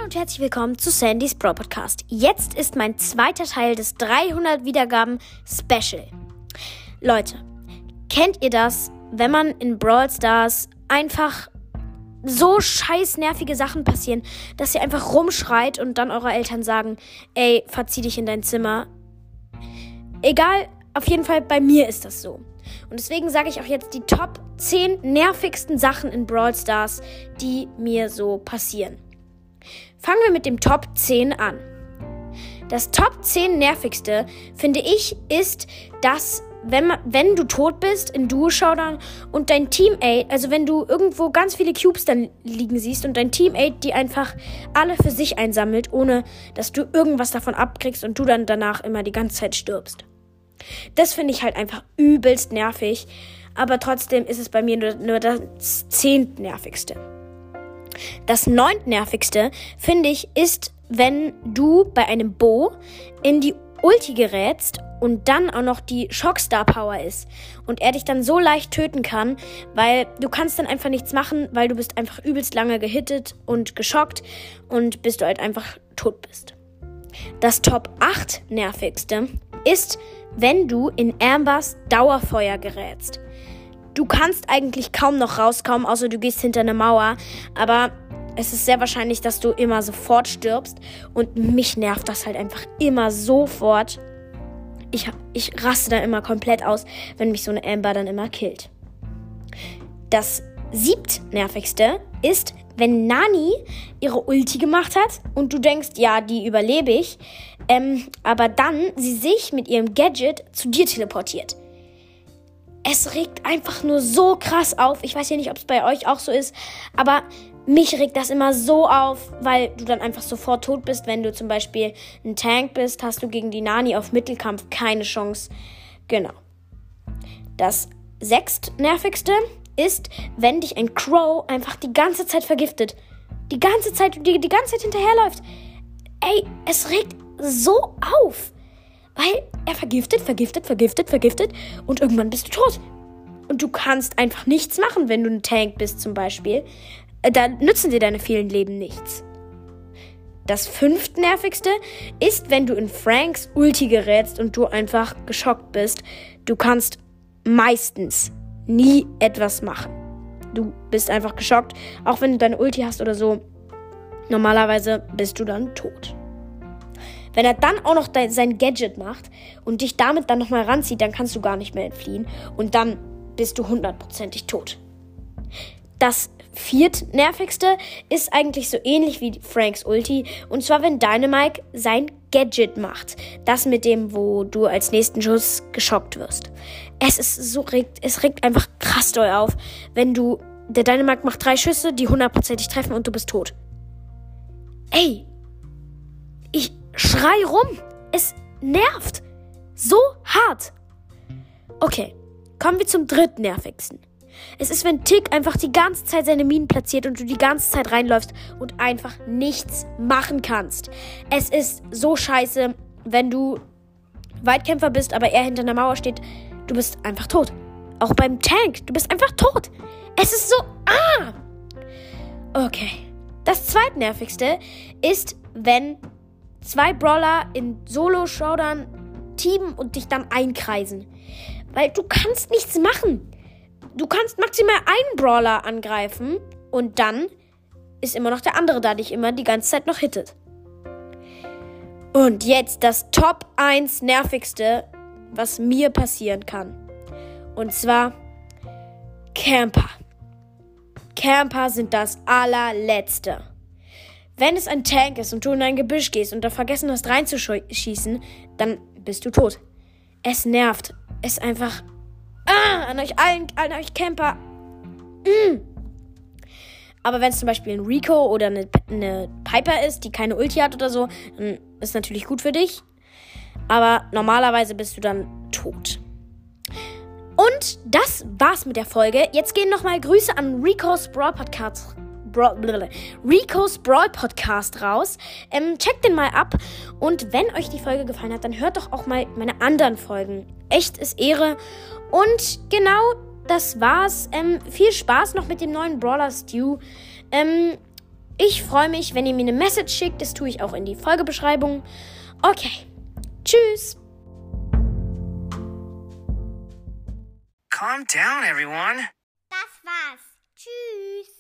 und herzlich willkommen zu Sandys Brawl Podcast. Jetzt ist mein zweiter Teil des 300 Wiedergaben Special. Leute, kennt ihr das, wenn man in Brawl Stars einfach so scheiß nervige Sachen passieren, dass ihr einfach rumschreit und dann eure Eltern sagen, ey, verzieh dich in dein Zimmer? Egal, auf jeden Fall bei mir ist das so. Und deswegen sage ich auch jetzt die Top 10 nervigsten Sachen in Brawl Stars, die mir so passieren. Fangen wir mit dem Top 10 an. Das Top 10 nervigste, finde ich, ist, dass wenn du tot bist in Duo-Showdown und dein Teammate, also wenn du irgendwo ganz viele Cubes dann liegen siehst und dein Teammate die einfach alle für sich einsammelt, ohne dass du irgendwas davon abkriegst und du dann danach immer die ganze Zeit stirbst. Das finde ich halt einfach übelst nervig, aber trotzdem ist es bei mir nur das 10. nervigste. Das 9. nervigste, finde ich, ist, wenn du bei einem Bo in die Ulti gerätst und dann auch noch die Shockstar Power ist und er dich dann so leicht töten kann, weil du kannst dann einfach nichts machen, weil du bist einfach übelst lange gehittet und geschockt und bis du halt einfach tot bist. Das Top 8 nervigste ist, wenn du in Ambers Dauerfeuer gerätst. Du kannst eigentlich kaum noch rauskommen, außer du gehst hinter eine Mauer, aber es ist sehr wahrscheinlich, dass du immer sofort stirbst und mich nervt das halt einfach immer sofort. Ich raste da immer komplett aus, wenn mich so eine Amber dann immer killt. Das 7. nervigste ist, wenn Nani ihre Ulti gemacht hat und du denkst, ja, die überlebe ich, aber dann sie sich mit ihrem Gadget zu dir teleportiert. Es regt einfach nur so krass auf. Ich weiß ja nicht, ob es bei euch auch so ist, aber mich regt das immer so auf, weil du dann einfach sofort tot bist. Wenn du zum Beispiel ein Tank bist, hast du gegen die Nani auf Mittelkampf keine Chance. Genau. Das 6. nervigste ist, wenn dich ein Crow einfach die ganze Zeit vergiftet. Die ganze Zeit hinterherläuft. Ey, es regt so auf. Weil er vergiftet und irgendwann bist du tot. Und du kannst einfach nichts machen, wenn du ein Tank bist zum Beispiel. Da nützen dir deine vielen Leben nichts. Das 5. nervigste ist, wenn du in Franks Ulti gerätst und du einfach geschockt bist. Du kannst meistens nie etwas machen. Du bist einfach geschockt, auch wenn du deine Ulti hast oder so. Normalerweise bist du dann tot. Wenn er dann auch noch sein Gadget macht und dich damit dann nochmal ranzieht, dann kannst du gar nicht mehr entfliehen. Und dann bist du 100%ig tot. Das 4. nervigste ist eigentlich so ähnlich wie Franks Ulti. Und zwar, wenn Dynamite sein Gadget macht. Das mit dem, wo du als nächsten Schuss geschockt wirst. Es regt einfach krass doll auf, wenn der Dynamite macht 3 Schüsse, die 100%ig treffen und du bist tot. Ey, ich schrei rum. Es nervt. So hart. Okay, kommen wir zum 3. nervigsten. Es ist, wenn Tick einfach die ganze Zeit seine Minen platziert und du die ganze Zeit reinläufst und einfach nichts machen kannst. Es ist so scheiße, wenn du Weitkämpfer bist, aber er hinter einer Mauer steht. Du bist einfach tot. Auch beim Tank, du bist einfach tot. Es ist so, Okay. Das 2. nervigste ist, wenn 2 Brawler in Solo-Showdown teamen und dich dann einkreisen. Weil du kannst nichts machen. Du kannst maximal einen Brawler angreifen und dann ist immer noch der andere da, dich immer die ganze Zeit noch hittet. Und jetzt das Top 1 nervigste, was mir passieren kann. Und zwar Camper. Camper sind das allerletzte. Wenn es ein Tank ist und du in ein Gebüsch gehst und da vergessen hast reinzuschießen, dann bist du tot. Es nervt. Es ist einfach an euch allen, an euch Camper. Aber wenn es zum Beispiel ein Rico oder eine Piper ist, die keine Ulti hat oder so, dann ist es natürlich gut für dich. Aber normalerweise bist du dann tot. Und das war's mit der Folge. Jetzt gehen nochmal Grüße an Rico's Brawl Podcast raus. Checkt den mal ab. Und wenn euch die Folge gefallen hat, dann hört doch auch mal meine anderen Folgen. Echt ist Ehre. Und genau, das war's. Viel Spaß noch mit dem neuen Brawler Stu. Ich freue mich, wenn ihr mir eine Message schickt. Das tue ich auch in die Folgebeschreibung. Okay. Tschüss. Calm down, everyone. Das war's. Tschüss.